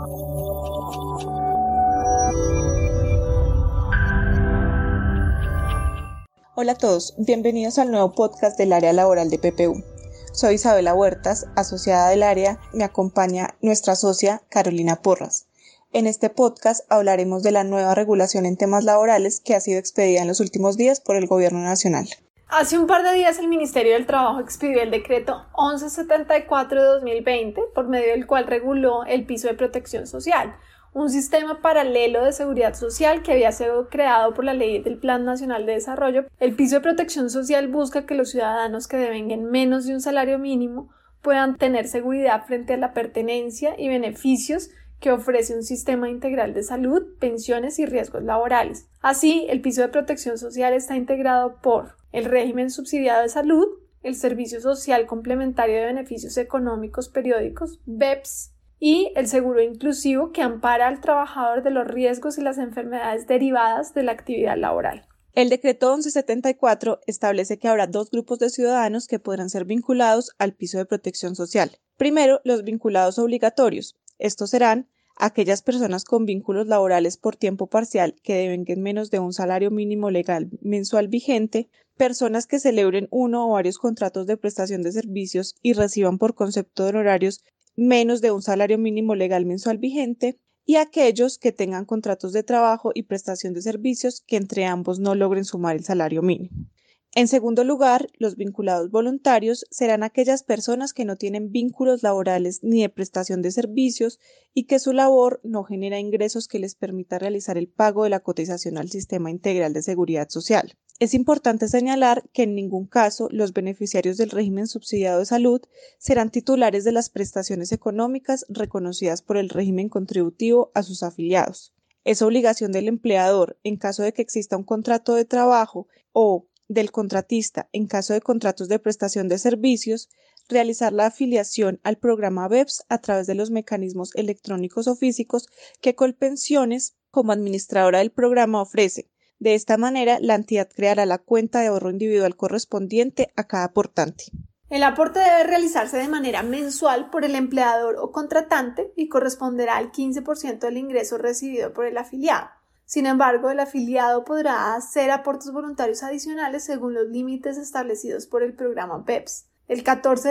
Hola a todos, bienvenidos al nuevo podcast del área laboral de PPU. Soy Isabela Huertas, asociada del área, me acompaña nuestra socia Carolina Porras. En este podcast hablaremos de la nueva regulación en temas laborales que ha sido expedida en los últimos días por el Gobierno Nacional. Hace un par de días el Ministerio del Trabajo expidió el decreto 1174 de 2020, por medio del cual reguló el piso de protección social, un sistema paralelo de seguridad social que había sido creado por la ley del Plan Nacional de Desarrollo. El piso de protección social busca que los ciudadanos que devenguen menos de un salario mínimo puedan tener seguridad frente a la pertenencia y beneficios que ofrece un sistema integral de salud, pensiones y riesgos laborales. Así, el piso de protección social está integrado por el régimen subsidiado de salud, el Servicio Social Complementario de Beneficios Económicos Periódicos, BEPS, y el seguro inclusivo que ampara al trabajador de los riesgos y las enfermedades derivadas de la actividad laboral. El decreto 1174 establece que habrá dos grupos de ciudadanos que podrán ser vinculados al piso de protección social. Primero, los vinculados obligatorios. Estos serán aquellas personas con vínculos laborales por tiempo parcial que devenguen menos de un salario mínimo legal mensual vigente, personas que celebren uno o varios contratos de prestación de servicios y reciban por concepto de honorarios menos de un salario mínimo legal mensual vigente, y aquellos que tengan contratos de trabajo y prestación de servicios que entre ambos no logren sumar el salario mínimo. En segundo lugar, los vinculados voluntarios serán aquellas personas que no tienen vínculos laborales ni de prestación de servicios y que su labor no genera ingresos que les permita realizar el pago de la cotización al Sistema Integral de Seguridad Social. Es importante señalar que en ningún caso los beneficiarios del régimen subsidiado de salud serán titulares de las prestaciones económicas reconocidas por el régimen contributivo a sus afiliados. Es obligación del empleador, en caso de que exista un contrato de trabajo o del contratista, en caso de contratos de prestación de servicios, realizar la afiliación al programa BEPS a través de los mecanismos electrónicos o físicos que Colpensiones, como administradora del programa, ofrece. De esta manera, la entidad creará la cuenta de ahorro individual correspondiente a cada aportante. El aporte debe realizarse de manera mensual por el empleador o contratante y corresponderá al 15% del ingreso recibido por el afiliado. Sin embargo, el afiliado podrá hacer aportes voluntarios adicionales según los límites establecidos por el programa BEPS. El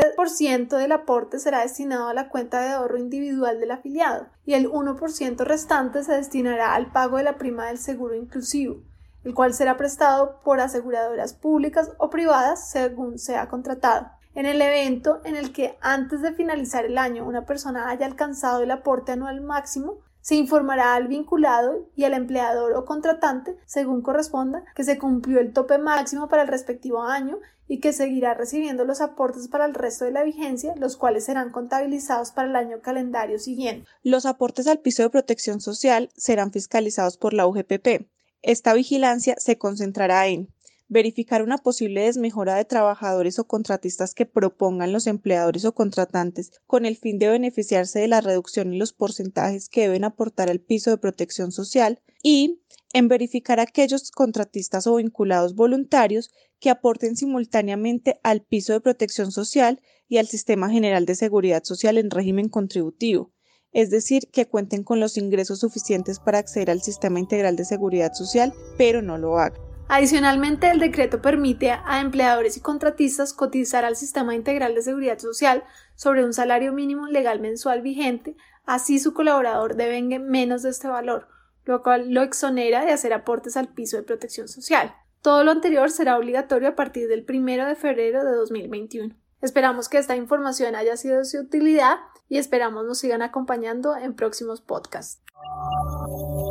14% del aporte será destinado a la cuenta de ahorro individual del afiliado y el 1% restante se destinará al pago de la prima del seguro inclusivo, el cual será prestado por aseguradoras públicas o privadas según sea contratado. En el evento en el que antes de finalizar el año una persona haya alcanzado el aporte anual máximo, se informará al vinculado y al empleador o contratante, según corresponda, que se cumplió el tope máximo para el respectivo año y que seguirá recibiendo los aportes para el resto de la vigencia, los cuales serán contabilizados para el año calendario siguiente. Los aportes al piso de protección social serán fiscalizados por la UGPP. Esta vigilancia se concentrará en verificar una posible desmejora de trabajadores o contratistas que propongan los empleadores o contratantes con el fin de beneficiarse de la reducción en los porcentajes que deben aportar al piso de protección social y en verificar aquellos contratistas o vinculados voluntarios que aporten simultáneamente al piso de protección social y al Sistema General de Seguridad Social en régimen contributivo, es decir, que cuenten con los ingresos suficientes para acceder al Sistema Integral de Seguridad Social, pero no lo hagan. Adicionalmente, el decreto permite a empleadores y contratistas cotizar al Sistema Integral de Seguridad Social sobre un salario mínimo legal mensual vigente, así su colaborador devengue menos de este valor, lo cual lo exonera de hacer aportes al piso de protección social. Todo lo anterior será obligatorio a partir del 1 de febrero de 2021. Esperamos que esta información haya sido de su utilidad y esperamos nos sigan acompañando en próximos podcasts.